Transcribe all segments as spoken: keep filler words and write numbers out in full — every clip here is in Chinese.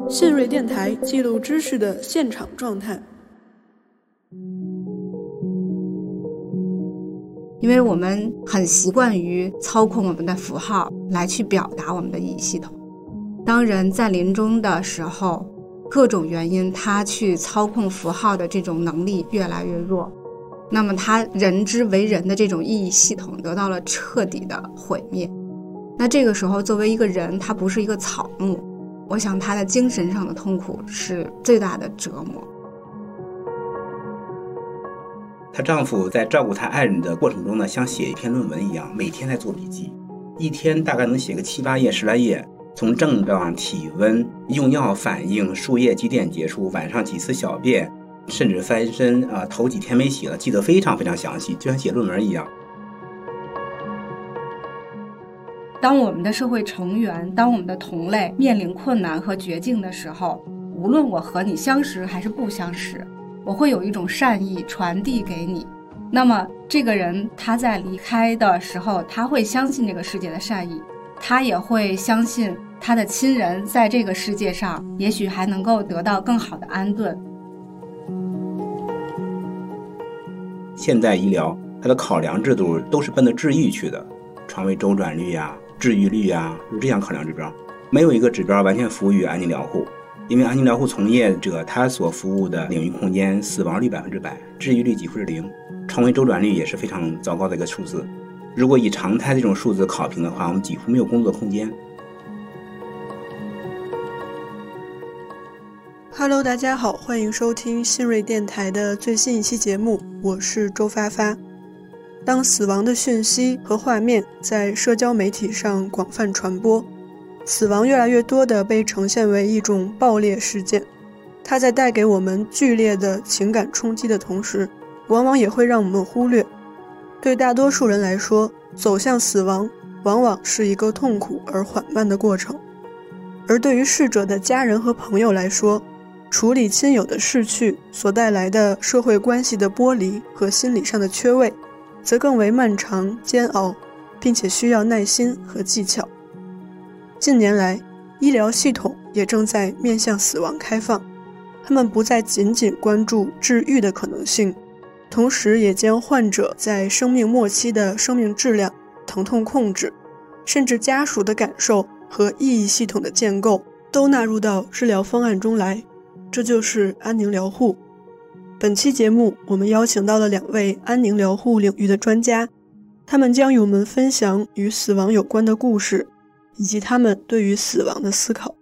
信瑞电台记录知识的现场状态。 因为我们很习惯于操控我们的符号来去表达我们的意义系统。当人在临终的时候，各种原因他去操控符号的这种能力越来越弱，那么他人之为人的这种意义系统得到了彻底的毁灭。那这个时候作为一个人，他不是一个草木，我想他的精神上的痛苦是最大的折磨。 她丈夫在照顾她爱人的过程中呢，像写一篇论文一样，每天在做笔记，一天大概能写个七八页、十来页，从症状、体温、用药反应、输液几点结束，晚上几次小便，甚至翻身啊、呃，头几天没洗了，记得非常非常详细，就像写论文一样。 当我们的社会成员，当我们的同类面临困难和绝境的时候，无论我和你相识还是不相识，我会有一种善意传递给你。那么这个人他在离开的时候，他会相信这个世界的善意，他也会相信他的亲人在这个世界上也许还能够得到更好的安顿。 现代医疗它的考量制度都是奔着治愈去的，床位周转率啊、治愈率啊，是这样考量指标，没有一个指标完全服务于安宁疗护。因为安宁疗护从业者他所服务的领域空间死亡率百分之百，治愈率几乎是零，床位周转率也是非常糟糕的一个数字。如果以常态这种数字考评的话，我们几乎没有工作空间。 Hello， 大家好，欢迎收听信瑞电台的最新一期节目，我是周发发。当死亡的讯息和画面在社交媒体上广泛传播，死亡越来越多地被呈现为一种爆裂事件，它在带给我们剧烈的情感冲击的同时，往往也会让我们忽略，对大多数人来说，走向死亡往往是一个痛苦而缓慢的过程，而对于逝者的家人和朋友来说，处理亲友的逝去所带来的社会关系的剥离和心理上的缺位，则更为漫长煎熬，并且需要耐心和技巧。近年来，医疗系统也正在面向死亡开放，他们不再仅仅关注治愈的可能性，同时也将患者在生命末期的生命质量、疼痛控制，甚至家属的感受和意义系统的建构都纳入到治疗方案中来，这就是安宁疗护。本期节目我们邀请到了两位安宁疗护领域的专家，他们将与我们分享与死亡有关的故事，以及他们对于死亡的思考。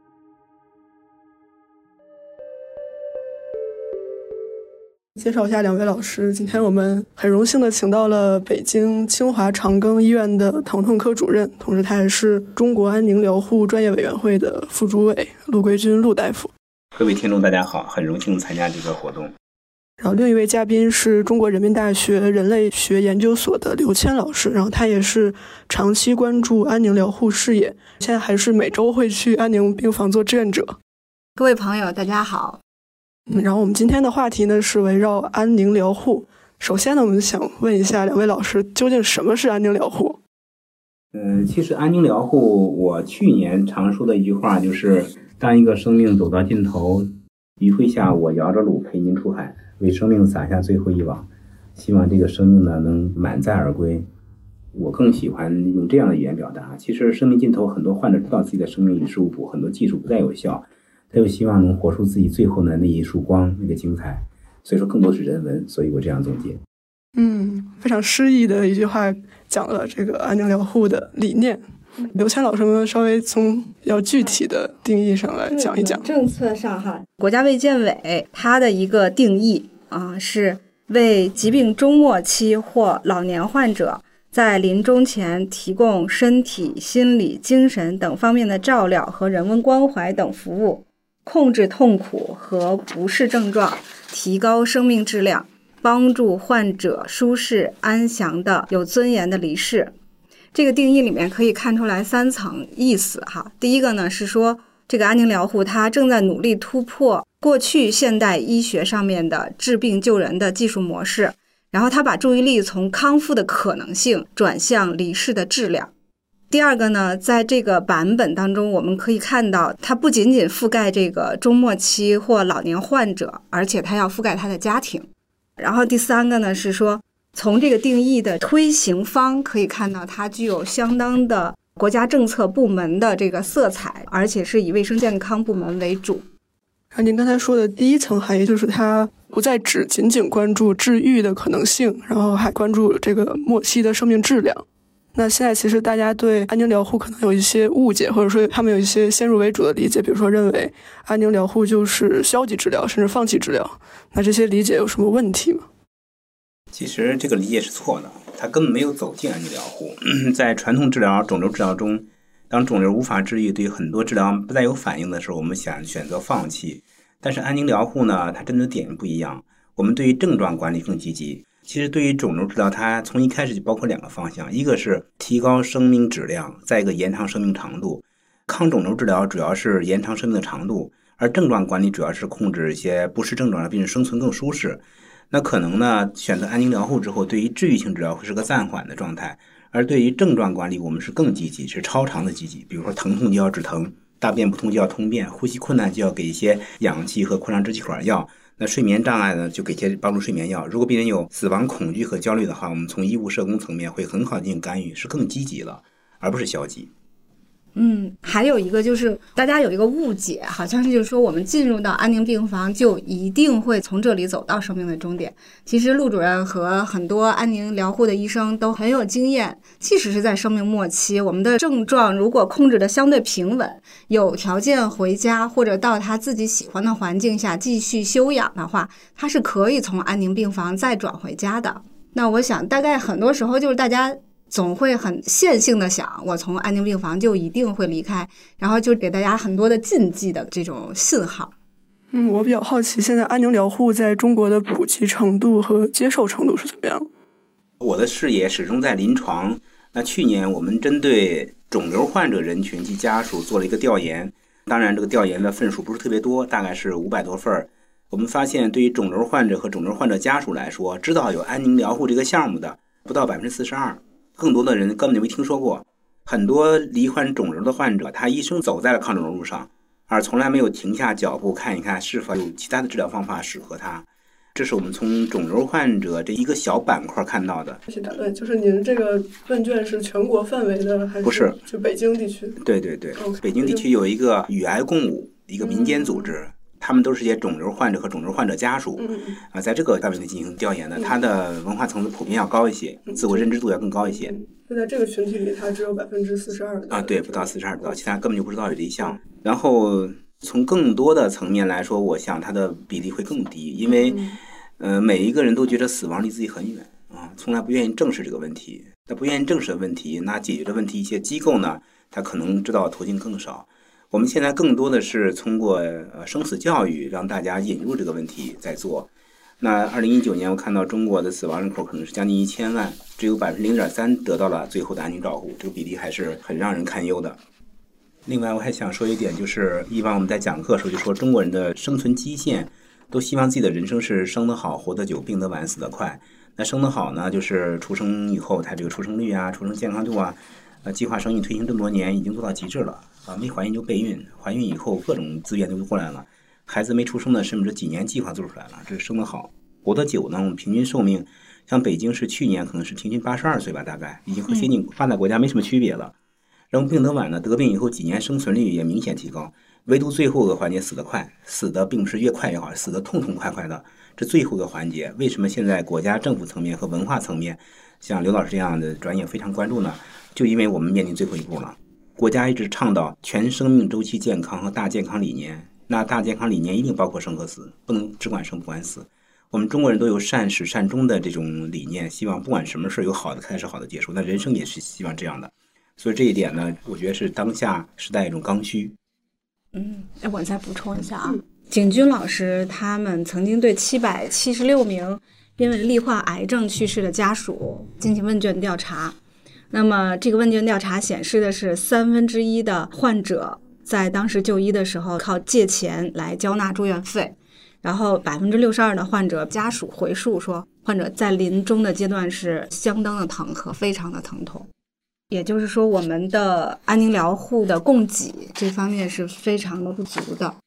介绍一下两位老师，今天我们很荣幸的请到了北京清华长庚医院的疼痛科主任，同时他也是中国安宁疗护专业委员会的副主委陆桂军陆大夫。 各位听众大家好，很荣幸参加这个活动。 然后另一位嘉宾是中国人民大学人类学研究所的刘谦老师，然后他也是长期关注安宁疗护事业，现在还是每周会去安宁病房做志愿者。 各位朋友大家好。 嗯、然后我们今天的话题呢是围绕安宁疗护。首先呢，我们想问一下两位老师，究竟什么是安宁疗护？ 嗯，其实安宁疗护我去年常说的一句话就是，当一个生命走到尽头，余晖下我摇着橹陪您出海，为生命撒下最后一网，希望这个生命呢能满载而归。我更喜欢用这样的语言表达，其实生命尽头很多患者知道自己的生命于事无补，很多技术不再有效，他又希望能活出自己最后的那一束光，那个精彩，所以说更多是人文，所以我这样总结。 嗯，非常诗意的一句话讲了这个安宁疗护的理念。刘谦老师们稍微从要具体的定义上来讲一讲。 政策上哈，国家卫健委它的一个定义啊，是为疾病终末期或老年患者在临终前提供身体、心理、精神等方面的照料和人文关怀等服务，控制痛苦和不适症状，提高生命质量，帮助患者舒适安详的有尊严的离世。这个定义里面可以看出来三层意思哈。第一个呢是说，这个安宁疗护它正在努力突破过去现代医学上面的治病救人的技术模式，然后它把注意力从康复的可能性转向离世的质量。 第二个呢，在这个版本当中，我们可以看到，它不仅仅覆盖这个中末期或老年患者，而且它要覆盖他的家庭。然后第三个呢，是说从这个定义的推行方可以看到，它具有相当的国家政策部门的这个色彩，而且是以卫生健康部门为主。 您刚才说的第一层含义就是它不再只仅仅关注治愈的可能性，然后还关注这个末期的生命质量。那现在其实大家对安宁疗护可能有一些误解，或者说他们有一些先入为主的理解，比如说认为安宁疗护就是消极治疗，甚至放弃治疗。那这些理解有什么问题吗？ 其实这个理解是错的，它根本没有走进安宁疗护。在传统治疗、肿瘤治疗中，当肿瘤无法治愈，对很多治疗不再有反应的时候，我们想选择放弃。但是安宁疗护呢，它针对的点不一样，我们对于症状管理更积极。其实对于肿瘤治疗，它从一开始就包括两个方向，一个是提高生命质量，再一个延长生命长度。抗肿瘤治疗主要是延长生命的长度，而症状管理主要是控制一些不适症状让病人生存更舒适。那可能呢，选择安宁疗护之后，对于治愈性治疗会是个暂缓的状态，而对于症状管理我们是更积极，是超长的积极。比如说疼痛就要止疼，大便不通就要通便，呼吸困难就要给一些氧气和扩张支气管药，那睡眠障碍呢，就给一些帮助睡眠药。如果病人有死亡恐惧和焦虑的话，我们从医务社工层面会很好进行干预，是更积极了，而不是消极。 嗯，还有一个就是大家有一个误解，好像就是说我们进入到安宁病房就一定会从这里走到生命的终点。其实陆主任和很多安宁疗护的医生都很有经验，即使是在生命末期，我们的症状如果控制的相对平稳，有条件回家或者到他自己喜欢的环境下继续休养的话，他是可以从安宁病房再转回家的。那我想大概很多时候就是大家总会很线性的想，我从安宁病房就一定会离开，然后就给大家很多的禁忌的这种信号。 嗯，我比较好奇，现在安宁疗护在中国的普及程度和接受程度是怎么样？ 我的视野始终在临床。那去年我们针对肿瘤患者人群及家属做了一个调研，当然这个调研的份数不是特别多，大概是五百多份。我们发现对于肿瘤患者和肿瘤患者家属来说，知道有安宁疗护这个项目的不到 百分之四十二， 更多的人根本就没听说过。很多罹患肿瘤的患者，他一生走在了抗肿瘤路上，而从来没有停下脚步看一看是否有其他的治疗方法适合他。这是我们从肿瘤患者这一个小板块看到的。 是的，就是您这个问卷是全国范围的还是？ 不是， 就北京地区。 对对对， okay, 北京地区有一个与癌共舞，一个民间组织。嗯，他们都是些肿瘤患者和肿瘤患者家属， 嗯啊，在这个范围内进行调研的，它的文化层次普遍要高一些，自我认知度要更高一些。 就在这个群体里，它只有百分之四十二啊，对，不到四十二，不到，其他根本就不知道有这一项。然后从更多的层面来说，我想它的比例会更低，因为，呃，每一个人都觉得死亡离自己很远啊，从来不愿意正视这个问题。那不愿意正视的问题，那解决的问题，一些机构呢，它可能知道的途径更少。我们现在更多的是通过呃生死教育让大家引入这个问题在做。那二零一九年我看到中国的死亡人口可能是将近一千万，只有百分之零点三得到了最后的安宁照护，这个比例还是很让人堪忧的。另外我还想说一点，就是以往我们在讲课的时候就说中国人的生存基线都希望自己的人生是生得好、活得久、病得晚、死得快。那生得好呢，就是出生以后他这个出生率啊、出生健康度啊，呃，计划生育推行这么多年已经做到极致了啊！没怀孕就备孕，怀孕以后各种资源都过来了，孩子没出生的甚至几年计划做出来了，这是生得好。活得久呢，我们平均寿命，像北京市去年可能是平均八十二岁吧，大概已经和先进发达国家没什么区别了。然后病得晚呢，得病以后几年生存率也明显提高，唯独最后一个环节死得快，死的并不是越快越好，死得痛痛快快的，这最后一个环节。为什么现在国家政府层面和文化层面，像刘老师这样的专业非常关注呢？就因为我们面临最后一步了。国家一直倡导全生命周期健康和大健康理念，那大健康理念一定包括生和死，不能只管生不管死。我们中国人都有善始善终的这种理念，希望不管什么事有好的开始，好的结束，那人生也是希望这样的。所以这一点呢，我觉得是当下时代一种刚需。 嗯，我再补充一下啊，景军老师他们曾经对七百七十六名因为罹患癌症去世的家属进行问卷调查。那么这个问卷调查显示的是三分之一的患者在当时就医的时候靠借钱来交纳住院费，然后百分之六十二的患者家属回述说，患者在临终的阶段是相当的疼和非常的疼痛。 也就是说我们的安宁疗护的供给这方面是非常的不足的。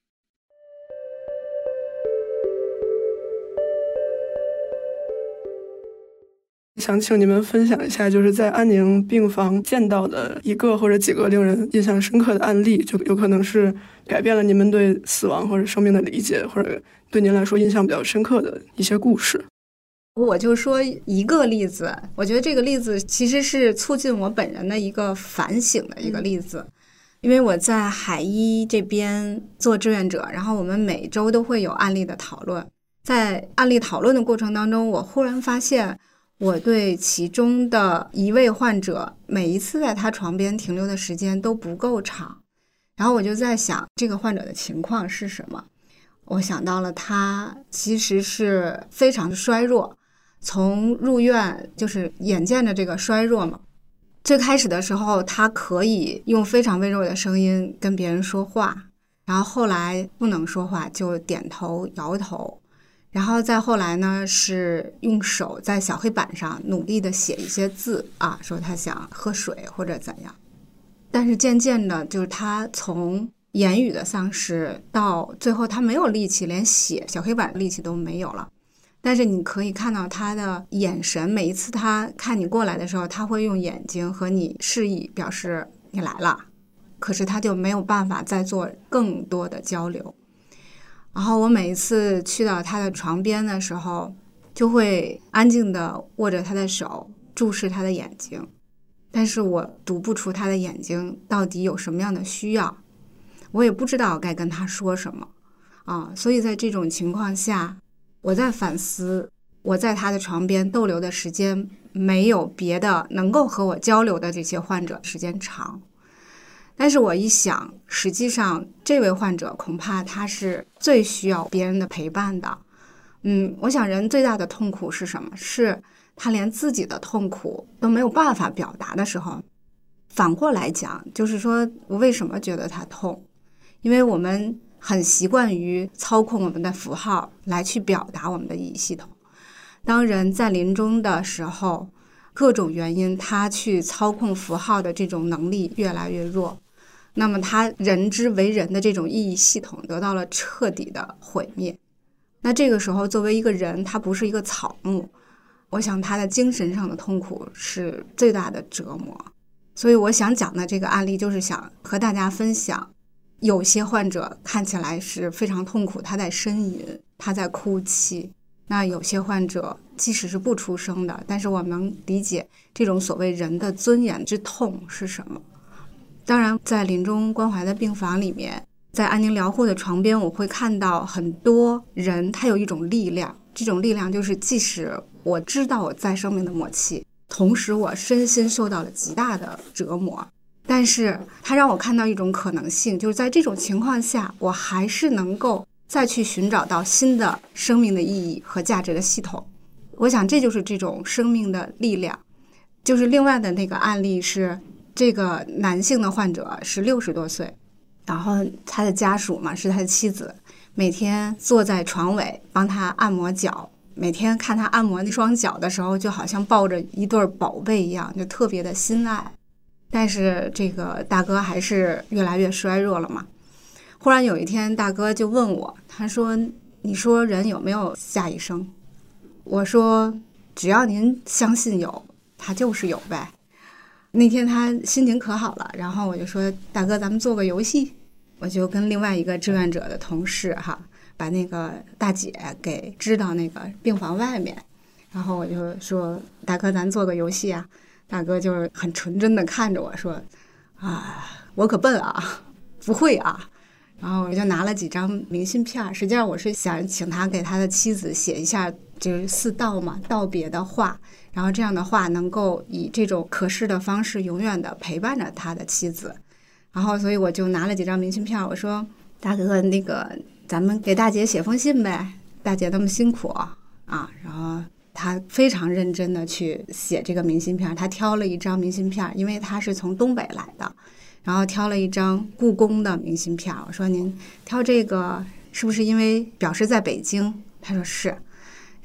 想请你们分享一下，就是在安宁病房见到的一个或者几个令人印象深刻的案例，就有可能是改变了你们对死亡或者生命的理解，或者对您来说印象比较深刻的一些故事。 我就说一个例子，我觉得这个例子其实是促进我本人的一个反省的一个例子。因为我在海医这边做志愿者，然后我们每周都会有案例的讨论。在案例讨论的过程当中，我忽然发现我对其中的一位患者每一次在他床边停留的时间都不够长，然后我就在想这个患者的情况是什么。我想到了他其实是非常衰弱，从入院就是眼见着这个衰弱嘛。最开始的时候他可以用非常微弱的声音跟别人说话，然后后来不能说话就点头摇头，然后再后来呢是用手在小黑板上努力的写一些字啊，说他想喝水或者怎样。但是渐渐的就是他从言语的丧失到最后他没有力气，连写小黑板的力气都没有了。但是你可以看到他的眼神，每一次他看你过来的时候，他会用眼睛和你示意表示你来了，可是他就没有办法再做更多的交流。然后我每一次去到他的床边的时候，就会安静地握着他的手，注视他的眼睛，但是我读不出他的眼睛到底有什么样的需要，我也不知道该跟他说什么啊。所以在这种情况下，我在反思，我在他的床边逗留的时间没有别的能够和我交流的这些患者时间长。但是我一想，实际上这位患者恐怕他是最需要别人的陪伴的。嗯，我想人最大的痛苦是什么？是他连自己的痛苦都没有办法表达的时候。反过来讲，就是说我为什么觉得他痛？因为我们很习惯于操控我们的符号来去表达我们的意义系统。当人在临终的时候，各种原因他去操控符号的这种能力越来越弱，那么他人之为人的这种意义系统得到了彻底的毁灭。那这个时候作为一个人，他不是一个草木，我想他的精神上的痛苦是最大的折磨。所以我想讲的这个案例就是想和大家分享，有些患者看起来是非常痛苦，他在呻吟，他在哭泣。那有些患者即使是不出声的，但是我们能理解这种所谓人的尊严之痛是什么。当然在临终关怀的病房里面，在安宁疗护的床边，我会看到很多人他有一种力量，这种力量就是即使我知道我在生命的末期，同时我身心受到了极大的折磨，但是它让我看到一种可能性，就是在这种情况下，我还是能够再去寻找到新的生命的意义和价值的系统。我想这就是这种生命的力量。就是另外的那个案例是，这个男性的患者是六十多岁，然后他的家属嘛是他的妻子，每天坐在床尾帮他按摩脚，每天看他按摩那双脚的时候，就好像抱着一对宝贝一样，就特别的心爱。但是这个大哥还是越来越衰弱了嘛。忽然有一天大哥就问我，他说你说人有没有下一生？我说只要您相信有，他就是有呗。那天他心情可好了，然后我就说大哥咱们做个游戏。我就跟另外一个志愿者的同事哈，把那个大姐给支到那个病房外面，然后我就说大哥咱做个游戏啊。大哥就是很纯真的看着我说啊，我可笨啊，不会啊。然后我就拿了几张明信片，实际上我是想请他给他的妻子写一下就是四道嘛，道别的话，然后这样的话能够以这种可视的方式永远的陪伴着他的妻子。然后所以我就拿了几张明信片，我说大哥那个咱们给大姐写封信呗，大姐那么辛苦啊。然后他非常认真的去写这个明信片，他挑了一张明信片，因为他是从东北来的，然后挑了一张故宫的明信片。我说您挑这个是不是因为表示在北京？他说是。然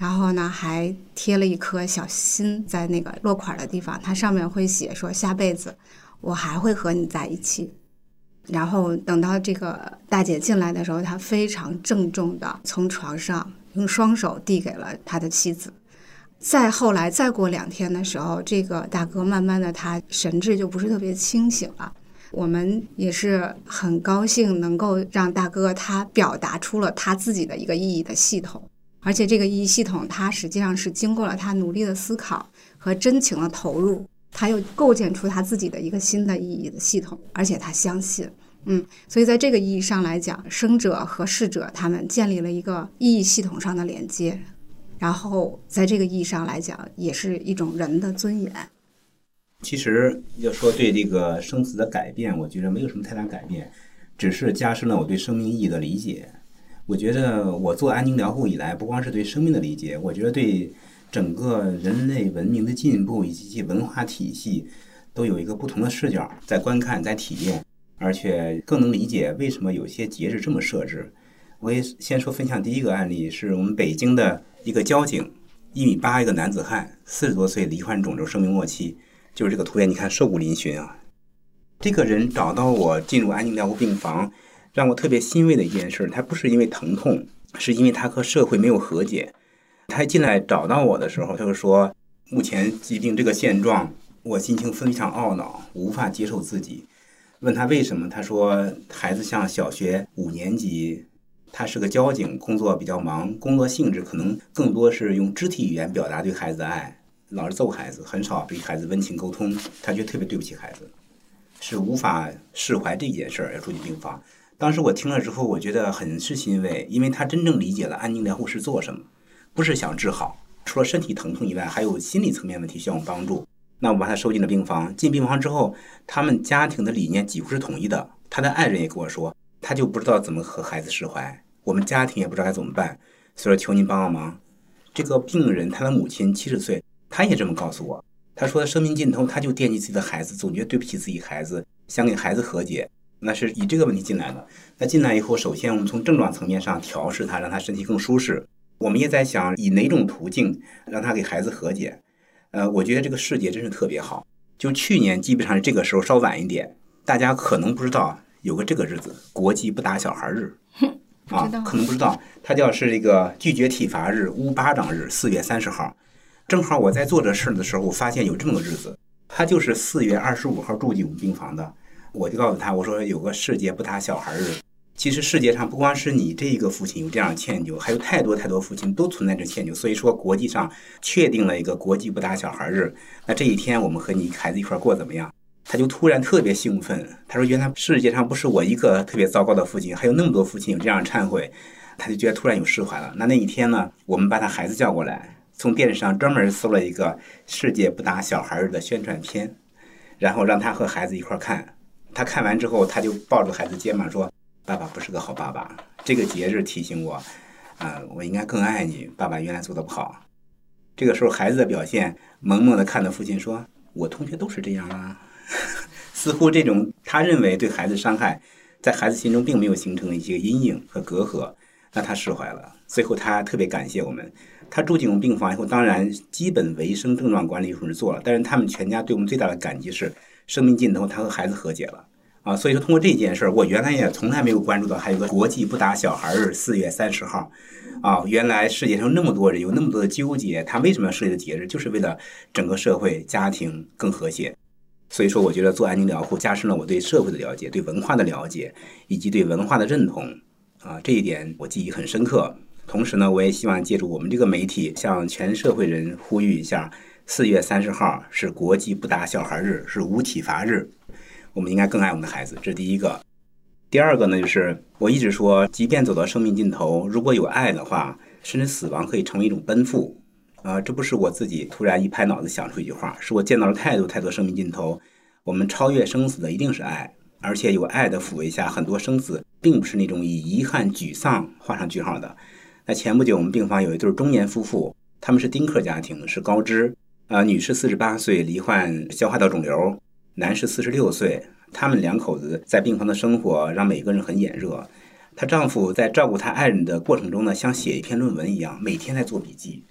然后呢还贴了一颗小心在那个落款的地方，它上面会写说下辈子我还会和你在一起。然后等到这个大姐进来的时候，她非常郑重的从床上用双手递给了他的妻子。再后来再过两天的时候，这个大哥慢慢的他神志就不是特别清醒了。我们也是很高兴能够让大哥他表达出了他自己的一个意义的系统，而且这个意义系统他实际上是经过了他努力的思考和真情的投入，他又构建出他自己的一个新的意义的系统，而且他相信嗯，所以在这个意义上来讲，生者和逝者他们建立了一个意义系统上的连接，然后在这个意义上来讲也是一种人的尊严。 其实要说对这个生死的改变，我觉得没有什么太大改变，只是加深了我对生命意义的理解。我觉得我做安宁疗护以来，不光是对生命的理解，我觉得对整个人类文明的进步以及文化体系都有一个不同的视角在观看在体验，而且更能理解为什么有些节日这么设置。我也先说分享第一个案例，是我们北京的一个交警，一米八一个男子汉，四十多岁，罹患肿瘤，生命末期。就是这个图片，你看瘦骨嶙峋啊。这个人找到我进入安宁疗护病房，让我特别欣慰的一件事，他不是因为疼痛，是因为他和社会没有和解。他进来找到我的时候，他就说，目前疾病这个现状，我心情非常懊恼，无法接受自己。问他为什么，他说孩子上小学五年级，他是个交警，工作比较忙，工作性质可能更多是用肢体语言表达对孩子的爱，老是揍孩子，很少对孩子温情沟通，他觉得特别对不起孩子，是无法释怀这件事儿，要住进病房。当时我听了之后，我觉得很是欣慰，因为他真正理解了安宁疗护是做什么，不是想治好，除了身体疼痛以外，还有心理层面问题需要我们帮助。那我把他收进了病房，进病房之后，他们家庭的理念几乎是统一的。他的爱人也跟我说，他就不知道怎么和孩子释怀，我们家庭也不知道该怎么办，所以求您帮帮忙。这个病人他的母亲七十岁，他也这么告诉我，他说生命尽头他就惦记自己的孩子，总觉得对不起自己孩子，想给孩子和解，那是以这个问题进来的。那进来以后，首先我们从症状层面上调试他，让他身体更舒适。我们也在想以哪种途径让他给孩子和解。呃，我觉得这个世界真是特别好。就去年基本上这个时候稍晚一点，大家可能不知道有个这个日子，国际不打小孩日啊，可能不知道，它叫是这个拒绝体罚日、污巴掌日，四月三十号。正好我在做这事的时候，我发现有这么个日子，他就是四月二十五号住进我们病房的。我就告诉他，我说有个世界不打小孩日。其实世界上不光是你这一个父亲有这样的歉疚，还有太多太多父亲都存在着歉疚。所以说国际上确定了一个国际不打小孩日。那这一天我们和你孩子一块过怎么样？他就突然特别兴奋，他说原来世界上不是我一个特别糟糕的父亲，还有那么多父亲有这样的忏悔。他就觉得突然有释怀了。那那一天呢，我们把他孩子叫过来，从电视上专门搜了一个世界不打小孩日的宣传片，然后让他和孩子一块看。他看完之后，他就抱着孩子肩膀说，爸爸不是个好爸爸，这个节日提醒我啊、呃，我应该更爱你，爸爸原来做得不好。这个时候孩子的表现，萌萌地看着父亲说，我同学都是这样啊。似乎这种他认为对孩子伤害在孩子心中并没有形成一些阴影和隔阂，那他释怀了。最后他特别感谢我们，他住进我们病房以后，当然基本维生症状管理是做了，但是他们全家对我们最大的感激是生命尽头他和孩子和解了啊。所以说通过这件事，我原来也从来没有关注到还有个国际不打小孩日，四月三十号啊。原来世界上那么多人有那么多的纠结，他为什么要设立的节日，就是为了整个社会家庭更和谐。所以说我觉得做安宁疗护加深了我对社会的了解，对文化的了解，以及对文化的认同啊，这一点我记忆很深刻。同时呢，我也希望借助我们这个媒体向全社会人呼吁一下，四月三十号是国际不打小孩日，是无体罚日，我们应该更爱我们的孩子，这是第一个。第二个呢，就是我一直说，即便走到生命尽头，如果有爱的话，甚至死亡可以成为一种奔赴。啊、呃，这不是我自己突然一拍脑子想出一句话，是我见到了太多太多生命尽头。我们超越生死的一定是爱，而且有爱的抚慰下，很多生死并不是那种以遗憾、沮丧画上句号的。那前不久我们病房有一对中年夫妇，他们是丁克家庭，是高知，呃，女士四十八岁，罹患消化道肿瘤，男士四十六岁。他们两口子在病房的生活让每个人很眼热。她丈夫在照顾她爱人的过程中呢，像写一篇论文一样，每天在做笔记。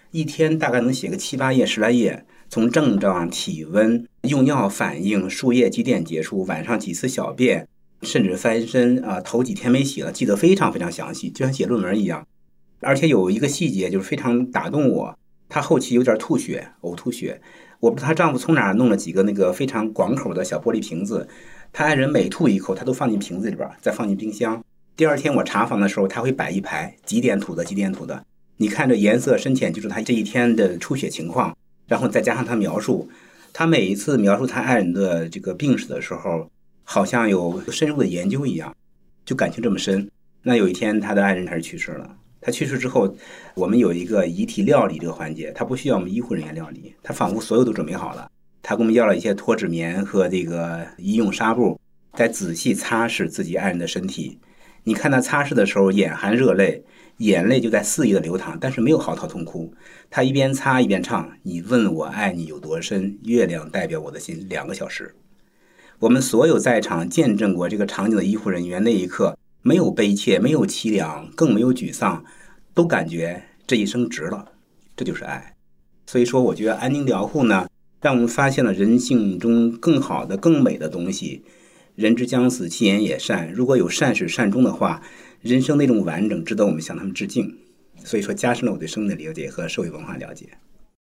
一天大概能写个七八页、十来页，从症状、体温、用药反应、输液几点结束，晚上几次小便，甚至翻身啊、呃，头几天没洗了，记得非常非常详细，就像写论文一样。而且有一个细节就是非常打动我，她后期有点吐血、呕吐血，我不知道她丈夫从哪儿弄了几个那个非常广口的小玻璃瓶子，她爱人每吐一口，她都放进瓶子里边，再放进冰箱。第二天我查房的时候，她会摆一排几点吐的几点吐的，你看这颜色深浅就是她这一天的出血情况，然后再加上她描述，她每一次描述她爱人的这个病史的时候，好像有深入的研究一样，就感情这么深。那有一天她的爱人还是去世了，他去世之后，我们有一个遗体料理这个环节，他不需要我们医护人员料理，他仿佛所有都准备好了。他给我们要了一些脱脂棉和这个医用纱布，在仔细擦拭自己爱人的身体。你看他擦拭的时候，眼含热泪，眼泪就在肆意的流淌，但是没有嚎啕痛哭。他一边擦一边唱：“你问我爱你有多深，月亮代表我的心。”两个小时，我们所有在场见证过这个场景的医护人员，那一刻没有悲切，没有凄凉，更没有沮丧，都感觉这一生值了，这就是爱。所以说我觉得安宁疗护呢，让我们发现了人性中更好的更美的东西。人之将死，其言也善，如果有善始善终的话，人生那种完整值得我们向他们致敬。所以说加深了我对生命的了解和社会文化了解。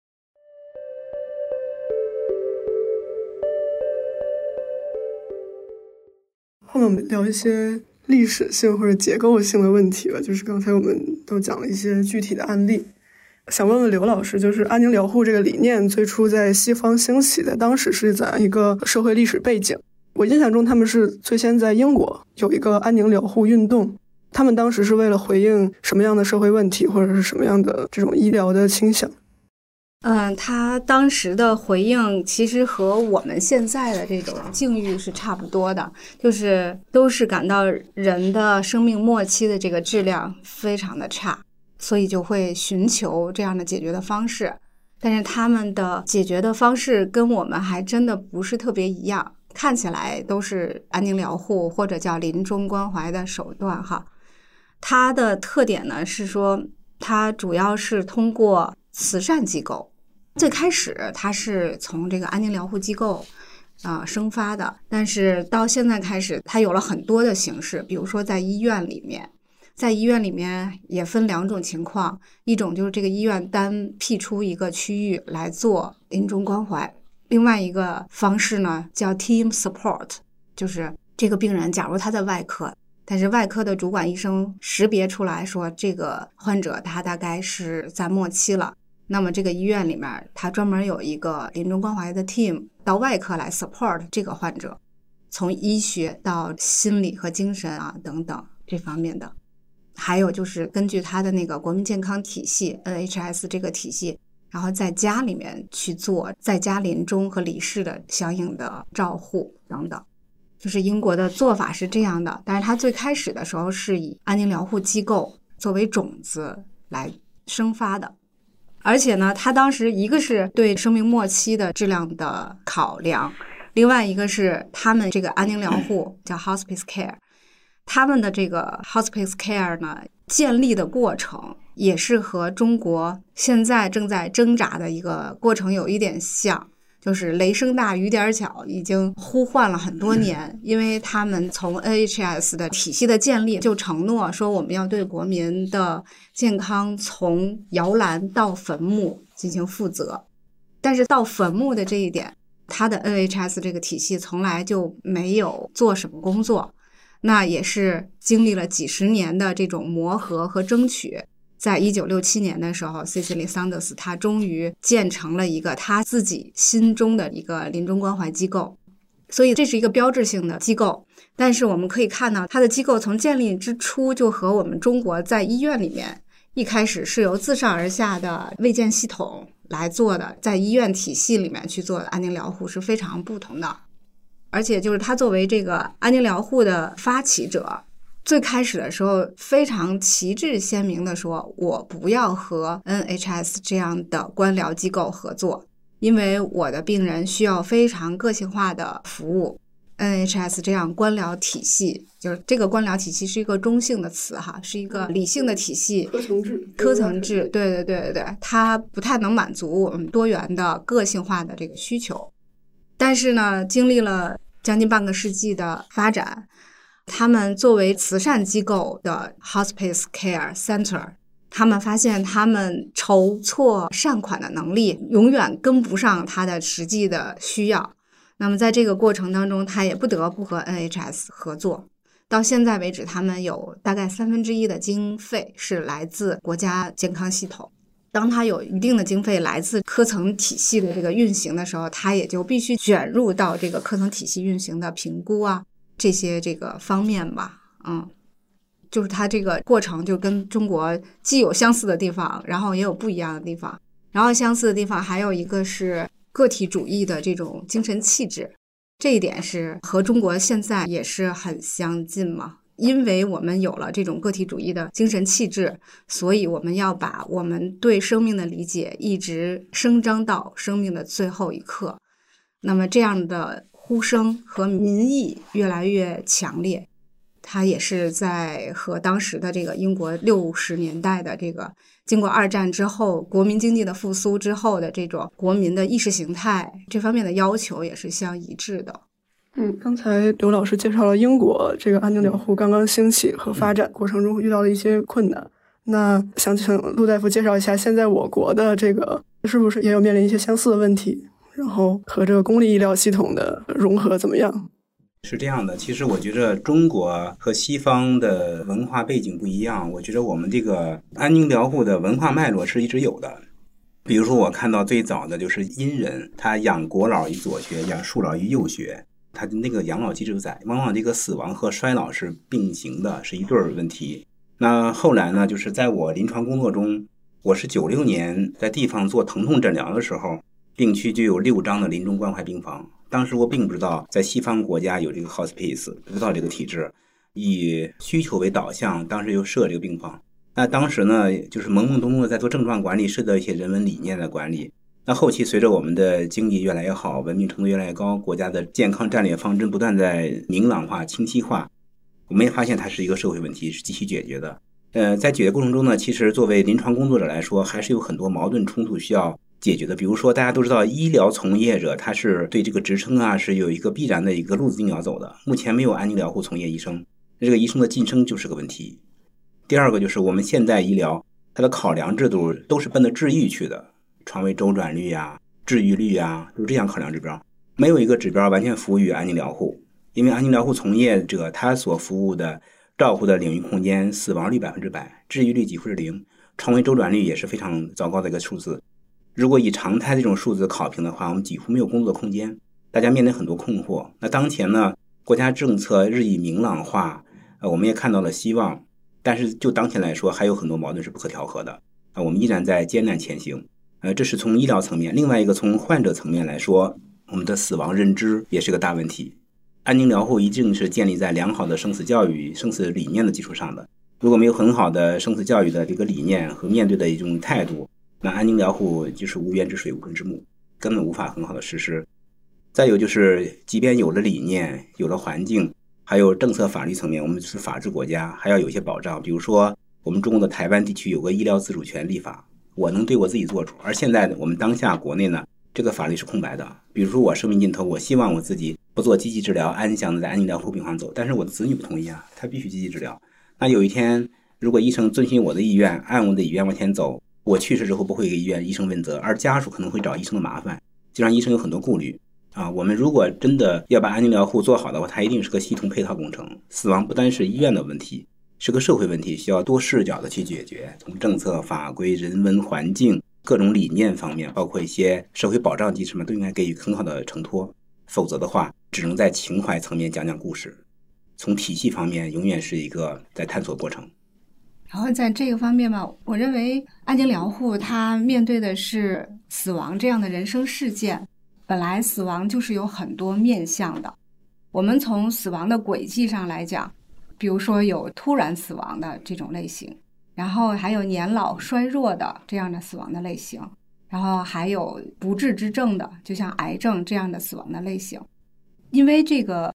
后面我们聊一些历史性或者结构性的问题吧，就是刚才我们都讲了一些具体的案例。想问问刘老师，就是安宁疗护这个理念最初在西方兴起的当时是怎样一个社会历史背景？我印象中他们是最先在英国有一个安宁疗护运动，他们当时是为了回应什么样的社会问题，或者是什么样的这种医疗的倾向？ 嗯，他当时的回应其实和我们现在的这种境遇是差不多的，就是都是感到人的生命末期的这个质量非常的差，所以就会寻求这样的解决的方式。但是他们的解决的方式跟我们还真的不是特别一样，看起来都是安宁疗护或者叫临终关怀的手段哈。它的特点呢是说，它主要是通过慈善机构。最开始它是从这个安宁疗护机构啊、呃、生发的，但是到现在开始，它有了很多的形式，比如说在医院里面，在医院里面也分两种情况，一种就是这个医院单辟出一个区域来做临终关怀，另外一个方式呢叫 team support， 就是这个病人假如他在外科，但是外科的主管医生识别出来说这个患者他大概是在末期了，那么这个医院里面他专门有一个临终关怀的 team 到外科来 support 这个患者，从医学到心理和精神啊等等这方面的。还有就是根据他的那个国民健康体系 N H S 这个体系，然后在家里面去做在家临终和离世的相应的照护等等。就是英国的做法是这样的，但是他最开始的时候是以安宁疗护机构作为种子来生发的。而且呢，他当时一个是对生命末期的质量的考量，另外一个是他们这个安宁疗护叫 hospice care， 他们的这个 hospice care 呢建立的过程也是和中国现在正在挣扎的一个过程有一点像，就是雷声大雨点小，已经呼唤了很多年。因为他们从 N H S 的体系的建立就承诺说，我们要对国民的健康从摇篮到坟墓进行负责，但是到坟墓的这一点，他的 N H S 这个体系从来就没有做什么工作，那也是经历了几十年的这种磨合和争取。在一九六七年的时候 Cicely Saunders 他终于建成了一个他自己心中的一个临终关怀机构，所以这是一个标志性的机构。但是我们可以看到，他的机构从建立之初就和我们中国在医院里面一开始是由自上而下的卫健系统来做的，在医院体系里面去做安宁疗护是非常不同的。而且就是他作为这个安宁疗护的发起者，最开始的时候非常旗帜鲜明的说，我不要和 N H S 这样的官僚机构合作，因为我的病人需要非常个性化的服务。 N H S 这样官僚体系，就是这个官僚体系是一个中性的词哈，是一个理性的体系， 科层制， 科层制，对对对对对，它不太能满足我们多元的个性化的这个需求。但是呢，经历了将近半个世纪的发展，他们作为慈善机构的 Hospice Care Center， 他们发现他们筹措善款的能力永远跟不上他的实际的需要。那么在这个过程当中，他也不得不和 N H S 合作。到现在为止，他们有大概三分之一的经费是来自国家健康系统。当他有一定的经费来自科层体系的这个运行的时候，他也就必须卷入到这个科层体系运行的评估啊这些这个方面吧。嗯，就是他这个过程就跟中国既有相似的地方，然后也有不一样的地方。然后相似的地方还有一个是个体主义的这种精神气质，这一点是和中国现在也是很相近嘛。因为我们有了这种个体主义的精神气质，所以我们要把我们对生命的理解一直伸张到生命的最后一刻。那么这样的呼声和民意越来越强烈，它也是在和当时的这个英国六十年代的这个经过二战之后国民经济的复苏之后的这种国民的意识形态这方面的要求也是相一致的。 嗯，刚才刘老师介绍了英国这个安宁疗护刚刚兴起和发展过程中遇到的一些困难，那想请陆大夫介绍一下现在我国的这个是不是也有面临一些相似的问题，然后和这个公立医疗系统的融合怎么样？ 是这样的，其实我觉得中国和西方的文化背景不一样，我觉得我们这个安宁疗护的文化脉络是一直有的。比如说我看到最早的就是殷人，他养国老于左学，养庶老于右学，他的那个养老机制在，往往这个死亡和衰老是并行的，是一对问题。那后来呢，就是在我临床工作中，我是九六年在地方做疼痛诊疗的时候，病区就有六张的临终关怀病房。当时我并不知道在西方国家有这个 hospice， 不知道这个体制，以需求为导向，当时又设这个病房。那当时呢，就是懵懵懂懂的在做症状管理，涉及到一些人文理念的管理。那后期随着我们的经济越来越好，文明程度越来越高，国家的健康战略方针不断在明朗化、清晰化，我们也发现它是一个社会问题，是急需解决的。呃，在解决过程中呢，其实作为临床工作者来说，还是有很多矛盾冲突需要解决的。比如说大家都知道医疗从业者他是对这个职称啊是有一个必然的一个路子定要走的，目前没有安宁疗护从业医生，这个医生的晋升就是个问题。第二个就是我们现代医疗它的考量制度都是奔着治愈去的，床位周转率啊、治愈率啊，都是这样考量指标，没有一个指标完全服务于安宁疗护。因为安宁疗护从业者他所服务的照护的领域空间，死亡率百分之百，治愈率几乎是零，床位周转率也是非常糟糕的一个数字。如果以常态这种数字考评的话，我们几乎没有工作空间，大家面临很多困惑。那当前呢，国家政策日益明朗化，呃，我们也看到了希望，但是就当前来说，还有很多矛盾是不可调和的啊，我们依然在艰难前行。呃，这是从医疗层面，另外一个从患者层面来说，我们的死亡认知也是个大问题。安宁疗护一定是建立在良好的生死教育、生死理念的基础上的。如果没有很好的生死教育的这个理念和面对的一种态度，那安宁疗护就是无源之水、无根之木，根本无法很好的实施。再有就是，即便有了理念、有了环境，还有政策法律层面，我们是法治国家，还要有一些保障。比如说，我们中国的台湾地区有个医疗自主权立法，我能对我自己做主。而现在我们当下国内呢，这个法律是空白的。比如说我生命尽头，我希望我自己不做积极治疗，安详的在安宁疗护病房走，但是我的子女不同意啊，他必须积极治疗。那有一天，如果医生遵循我的意愿，按我的意愿往前走，我去世之后不会给医院医生问责，而家属可能会找医生的麻烦，就让医生有很多顾虑啊。我们如果真的要把安宁疗护做好的话，它一定是个系统配套工程。死亡不单是医院的问题，是个社会问题，需要多视角的去解决，从政策、法规、人文环境各种理念方面，包括一些社会保障机制嘛，都应该给予很好的承托。否则的话，只能在情怀层面讲讲故事，从体系方面永远是一个在探索过程。 然后在这个方面嘛，我认为安宁疗护它面对的是死亡这样的人生事件，本来死亡就是有很多面向的。我们从死亡的轨迹上来讲，比如说有突然死亡的这种类型，然后还有年老衰弱的这样的死亡的类型，然后还有不治之症的，就像癌症这样的死亡的类型。因为这个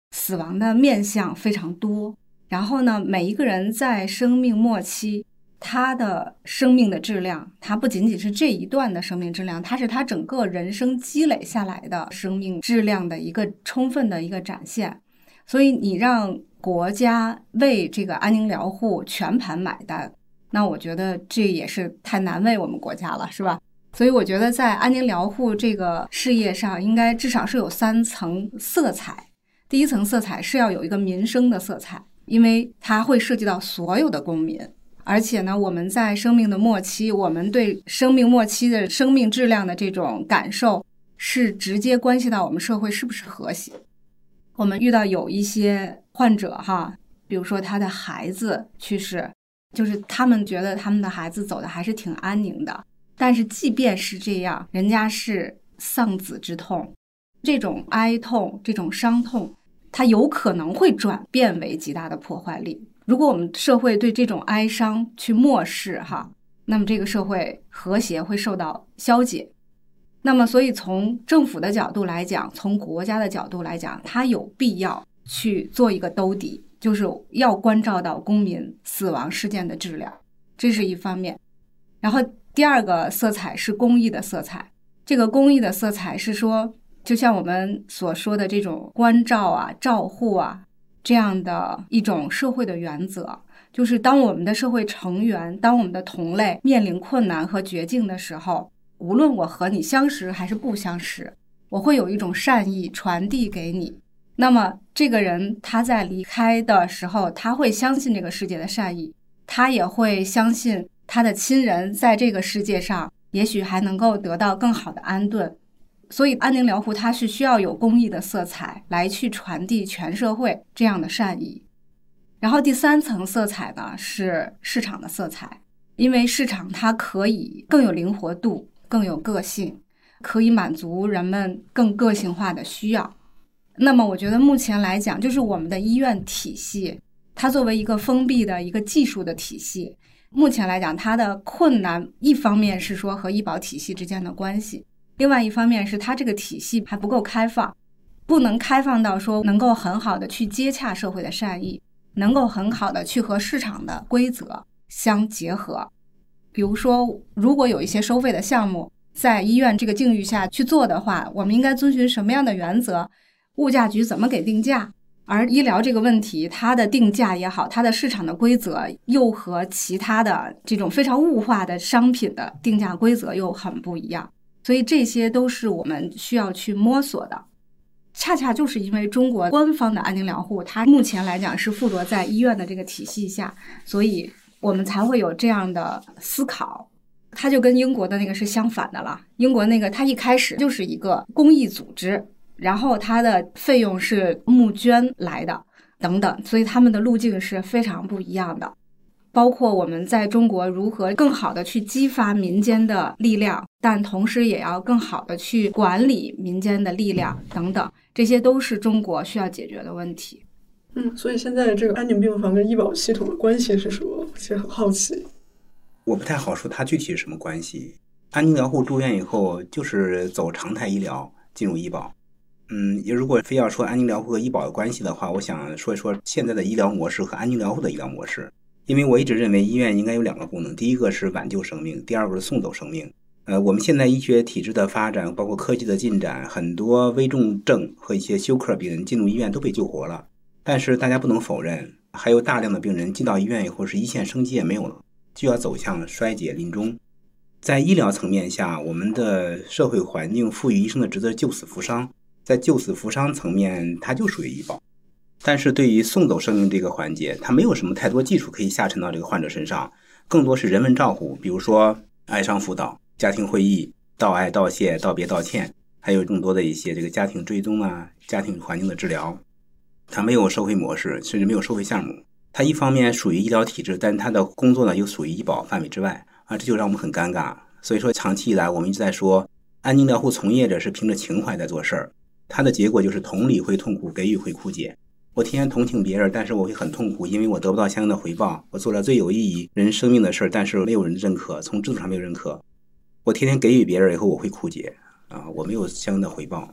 死亡的面向非常多，然后呢，每一个人在生命末期，他的生命的质量，它不仅仅是这一段的生命质量，它是他整个人生积累下来的生命质量的一个充分的一个展现。所以你让国家为这个安宁疗护全盘买单，那我觉得这也是太难为我们国家了，是吧？所以我觉得在安宁疗护这个事业上，应该至少是有三层色彩。第一层色彩是要有一个民生的色彩，因为它会涉及到所有的公民。而且呢，我们在生命的末期，我们对生命末期的生命质量的这种感受，是直接关系到我们社会是不是和谐。我们遇到有一些患者哈，比如说他的孩子去世，就是他们觉得他们的孩子走的还是挺安宁的，但是即便是这样，人家是丧子之痛，这种哀痛，这种伤痛，它有可能会转变为极大的破坏力。如果我们社会对这种哀伤去漠视哈，那么这个社会和谐会受到消解。那么所以从政府的角度来讲，从国家的角度来讲，它有必要去做一个兜底，就是要关照到公民死亡事件的质量，这是一方面。然后第二个色彩是公益的色彩，这个公益的色彩是说，就像我们所说的这种关照啊、照护啊，这样的一种社会的原则，就是当我们的社会成员，当我们的同类面临困难和绝境的时候，无论我和你相识还是不相识，我会有一种善意传递给你。那么这个人他在离开的时候，他会相信这个世界的善意，他也会相信他的亲人在这个世界上也许还能够得到更好的安顿。所以安宁疗护它是需要有公益的色彩来去传递全社会这样的善意。然后第三层色彩呢是市场的色彩，因为市场它可以更有灵活度，更有个性，可以满足人们更个性化的需要。那么我觉得目前来讲，就是我们的医院体系，它作为一个封闭的一个技术的体系，目前来讲它的困难，一方面是说和医保体系之间的关系，另外一方面是它这个体系还不够开放，不能开放到说能够很好的去接洽社会的善意，能够很好的去和市场的规则相结合。比如说如果有一些收费的项目在医院这个境遇下去做的话，我们应该遵循什么样的原则，物价局怎么给定价，而医疗这个问题它的定价也好，它的市场的规则又和其他的这种非常物化的商品的定价规则又很不一样，所以这些都是我们需要去摸索的。恰恰就是因为中国官方的安宁疗护它目前来讲是附着在医院的这个体系下，所以我们才会有这样的思考。它就跟英国的那个是相反的了，英国那个它一开始就是一个公益组织，然后它的费用是募捐来的等等，所以他们的路径是非常不一样的。包括我们在中国如何更好的去激发民间的力量，但同时也要更好的去管理民间的力量等等，这些都是中国需要解决的问题。 嗯，所以现在这个安宁病房跟医保系统的关系是什么？其实很好奇。 我不太好说它具体是什么关系。安宁疗护住院以后就是走常态医疗进入医保。嗯，如果非要说安宁疗护和医保的关系的话，我想说一说现在的医疗模式和安宁疗护的医疗模式。因为我一直认为医院应该有两个功能，第一个是挽救生命，第二个是送走生命。呃，我们现在医学体制的发展，包括科技的进展，很多危重症和一些休克病人进入医院都被救活了。但是大家不能否认，还有大量的病人进到医院以后是一线生机也没有了，就要走向衰竭临终。在医疗层面下，我们的社会环境赋予医生的职责救死扶伤，在救死扶伤层面它就属于医保。但是对于送走生命这个环节，它没有什么太多技术可以下沉到这个患者身上，更多是人文照护，比如说哀伤辅导、家庭会议、道爱道谢、道别道歉，还有更多的一些这个家庭追踪啊、家庭环境的治疗。它没有收费模式，甚至没有收费项目。它一方面属于医疗体制，但它的工作呢又属于医保范围之外啊，这就让我们很尴尬。所以说长期以来我们一直在说，安宁疗护从业者是凭着情怀在做事儿，它的结果就是同理会痛苦，给予会枯竭。我天天同情别人，但是我会很痛苦，因为我得不到相应的回报。我做了最有意义人生命的事儿，但是没有人认可，从制度上没有认可。我天天给予别人以后，我会枯竭啊，我没有相应的回报。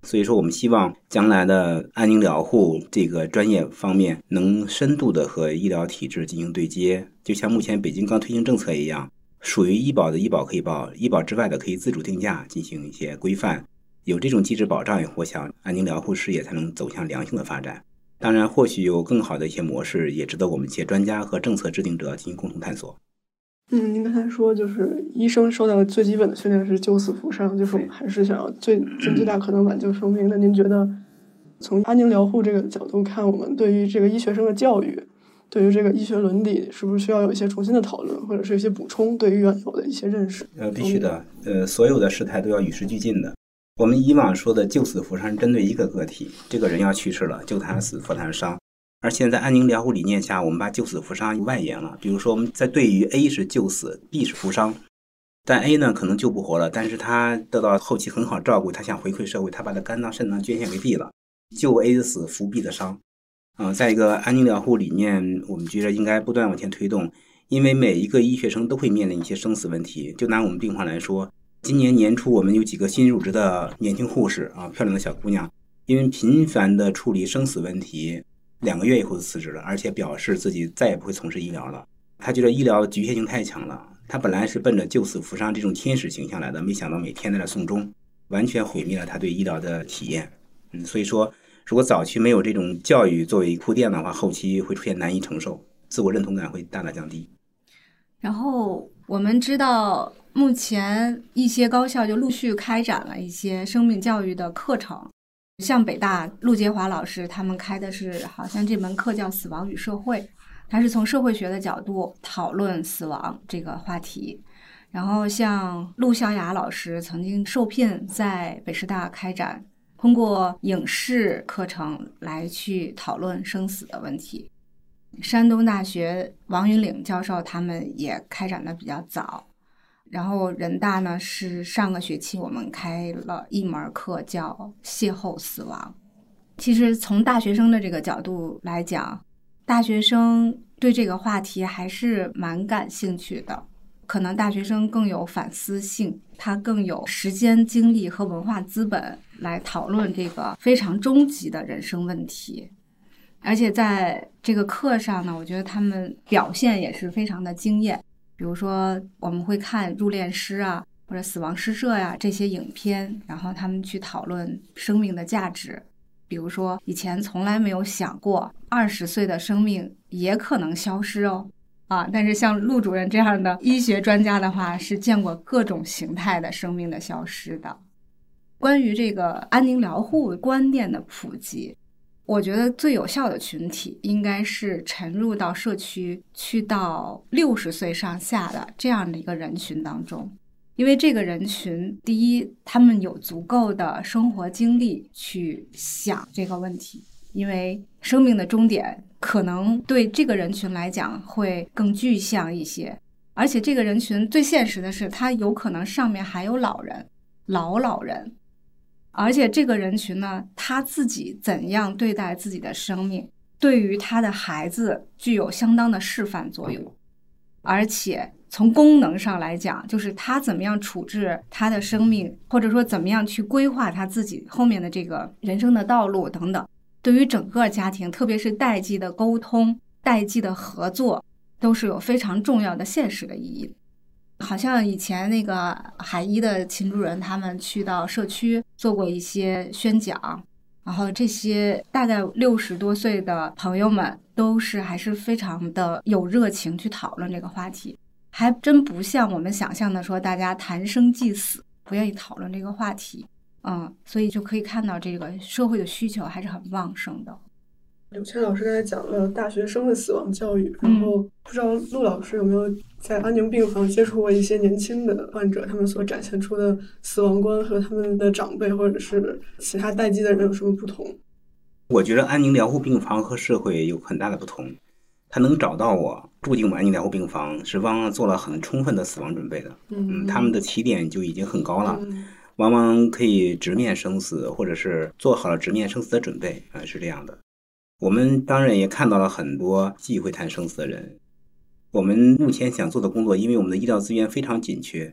所以说我们希望将来的安宁疗护这个专业方面能深度的和医疗体制进行对接，就像目前北京刚推行政策一样，属于医保的医保可以报，医保之外的可以自主定价进行一些规范，有这种机制保障，我想安宁疗护事业才能走向良性的发展。当然或许有更好的一些模式，也值得我们一些专家和政策制定者进行共同探索。 嗯，您刚才说就是医生受到的最基本的训练是救死扶伤，就是我们还是想要最尽最大可能挽救生命。那您觉得从安宁疗护这个角度看，我们对于这个医学生的教育，对于这个医学伦理是不是需要有一些重新的讨论，或者是一些补充对于原有的一些认识？ 呃，必须的，呃，所有的事态都要与时俱进的。我们以往说的救死扶伤是针对一个个体，这个人要去世了，救他死，扶他伤。而现在安宁疗护理念下，我们把救死扶伤外延了。比如说我们在对于 A 是救死 ，B 是扶伤，但 A 呢可能救不活了，但是他得到后期很好照顾，他想回馈社会，他把他肝脏肾脏捐献给 B 了，救 A 的死，扶 B 的伤。嗯、呃，在一个安宁疗护理念，我们觉得应该不断往前推动，因为每一个医学生都会面临一些生死问题。就拿我们病房来说，今年年初我们有几个新入职的年轻护士啊，漂亮的小姑娘，因为频繁的处理生死问题，两个月以后就辞职了，而且表示自己再也不会从事医疗了。他觉得医疗局限性太强了，他本来是奔着救死扶伤这种天使形象来的，没想到每天在那送终，完全毁灭了他对医疗的体验。嗯，所以说如果早期没有这种教育作为铺垫的话，后期会出现难以承受，自我认同感会大大降低。 然后我们知道目前一些高校就陆续开展了一些生命教育的课程，像北大陆杰华老师他们开的是好像这门课叫死亡与社会，他是从社会学的角度讨论死亡这个话题。然后像陆小雅老师曾经受聘在北师大开展通过影视课程来去讨论生死的问题。山东大学王云岭教授他们也开展的比较早，然后人大呢是上个学期我们开了一门课叫邂逅死亡。其实从大学生的这个角度来讲，大学生对这个话题还是蛮感兴趣的，可能大学生更有反思性，他更有时间精力和文化资本来讨论这个非常终极的人生问题。而且在这个课上呢，我觉得他们表现也是非常的惊艳。比如说我们会看入殓师啊或者死亡诗社呀、啊、这些影片，然后他们去讨论生命的价值。比如说以前从来没有想过二十岁的生命也可能消失哦啊，但是像陆主任这样的医学专家的话，是见过各种形态的生命的消失的。关于这个安宁疗护观念的普及，我觉得最有效的群体应该是沉入到社区，去到六十岁上下的这样的一个人群当中。因为这个人群，第一，他们有足够的生活经历去想这个问题，因为生命的终点可能对这个人群来讲会更具象一些。而且这个人群最现实的是，他有可能上面还有老人，老老人。而且这个人群呢，他自己怎样对待自己的生命，对于他的孩子具有相当的示范作用。而且从功能上来讲，就是他怎么样处置他的生命，或者说怎么样去规划他自己后面的这个人生的道路等等，对于整个家庭，特别是代际的沟通、代际的合作，都是有非常重要的现实的意义。好像以前那个海医的秦主任他们去到社区做过一些宣讲，然后这些大概六十多岁的朋友们都是还是非常的有热情去讨论这个话题，还真不像我们想象的说大家谈生忌死，不愿意讨论这个话题。嗯，所以就可以看到这个社会的需求还是很旺盛的。 柳倩老师刚才讲了大学生的死亡教育，然后不知道陆老师有没有在安宁病房接触过一些年轻的患者，他们所展现出的死亡观和他们的长辈或者是其他代际的人有什么不同？ 我觉得安宁疗护病房和社会有很大的不同，他能找到我住进我们安宁疗护病房，是往往做了很充分的死亡准备的。嗯，他们的起点就已经很高了，嗯、往往可以直面生死，或者是做好了直面生死的准备啊、呃，是这样的。我们当然也看到了很多忌讳谈生死的人。我们目前想做的工作，因为我们的医疗资源非常紧缺，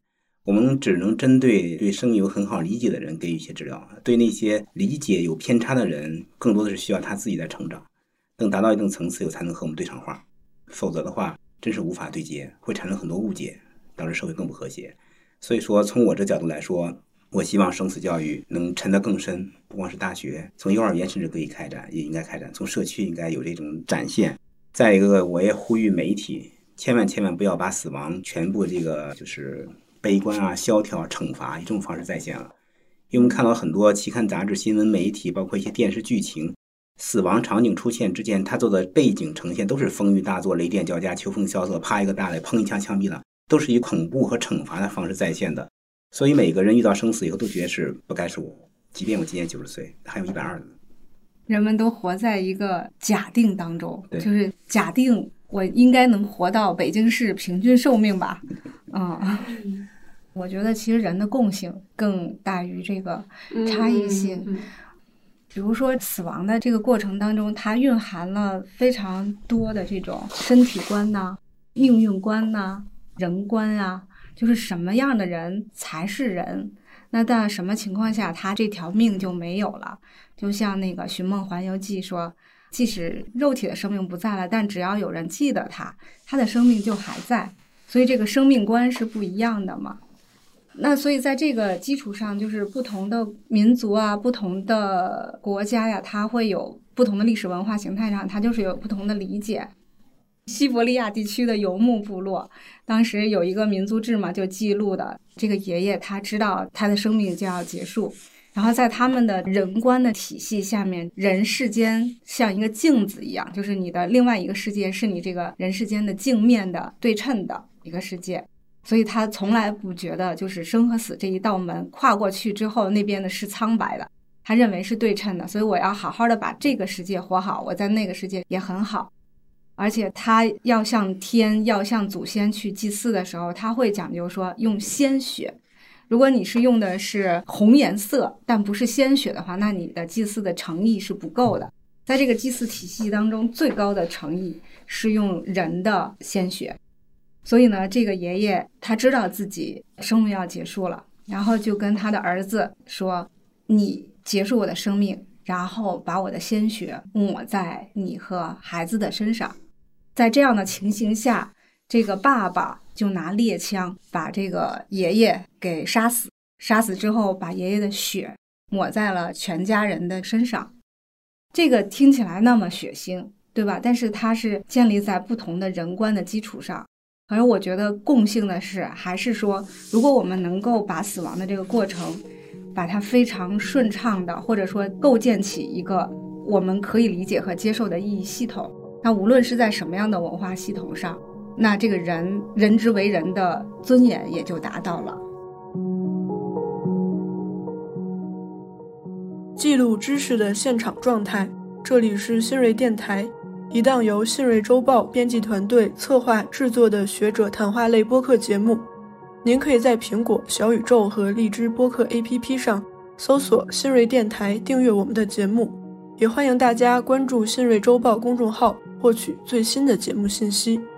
我们只能针对对生命有很好理解的人给予一些治疗，对那些理解有偏差的人，更多的是需要他自己在成长，等达到一定层次，有才能和我们对上话，否则的话真是无法对接，会产生很多误解，导致社会更不和谐。所以说从我这角度来说，我希望生死教育能沉得更深，不光是大学，从幼儿园甚至可以开展，也应该开展，从社区应该有这种展现。再一个，我也呼吁媒体千万千万不要把死亡全部这个就是悲观啊、萧条、惩罚以这种方式再现了。因为我们看到很多期刊杂志、新闻媒体，包括一些电视剧情，死亡场景出现之前，他做的背景呈现都是风雨大作、雷电交加、秋风萧瑟，啪一个大雷，砰一枪枪毙了，都是以恐怖和惩罚的方式再现的。所以每个人遇到生死以后都觉得是不该是我，即便我今年九十岁，还有一百二十呢。 人们都活在一个假定当中，就是假定我应该能活到北京市平均寿命吧。嗯，我觉得其实人的共性更大于这个差异性。嗯嗯嗯、比如说死亡的这个过程当中，它蕴含了非常多的这种身体观呐、命运观呐、人观啊。就是什么样的人才是人，那在什么情况下他这条命就没有了。就像那个《寻梦环游记》说，即使肉体的生命不在了，但只要有人记得他，他的生命就还在。所以这个生命观是不一样的嘛。那所以在这个基础上，就是不同的民族啊，不同的国家呀，它会有不同的历史文化形态上，它就是有不同的理解。西伯利亚地区的游牧部落，当时有一个民族志嘛，就记录的这个爷爷他知道他的生命就要结束，然后在他们的人观的体系下面，人世间像一个镜子一样，就是你的另外一个世界是你这个人世间的镜面的对称的一个世界，所以他从来不觉得就是生和死这一道门跨过去之后那边的是苍白的，他认为是对称的，所以我要好好的把这个世界活好，我在那个世界也很好。而且他要向天要向祖先去祭祀的时候，他会讲究说用鲜血，如果你是用的是红颜色但不是鲜血的话，那你的祭祀的诚意是不够的。在这个祭祀体系当中，最高的诚意是用人的鲜血。所以呢，这个爷爷他知道自己生命要结束了，然后就跟他的儿子说，你结束我的生命，然后把我的鲜血抹在你和孩子的身上。在这样的情形下，这个爸爸就拿猎枪把这个爷爷给杀死，杀死之后把爷爷的血抹在了全家人的身上。这个听起来那么血腥，对吧？但是它是建立在不同的人观的基础上。而我觉得共性的是，还是说如果我们能够把死亡的这个过程把它非常顺畅的，或者说构建起一个我们可以理解和接受的意义系统，那无论是在什么样的文化系统上，那这个人人之为人的尊严也就达到了。 记录知识的现场状态，这里是新锐电台，一档由新锐周报编辑团队策划制作的学者谈话类播客节目。您可以在苹果、小宇宙和荔枝播客 A P P 上搜索新锐电台，订阅我们的节目，也欢迎大家关注新锐周报公众号，获取最新的节目信息。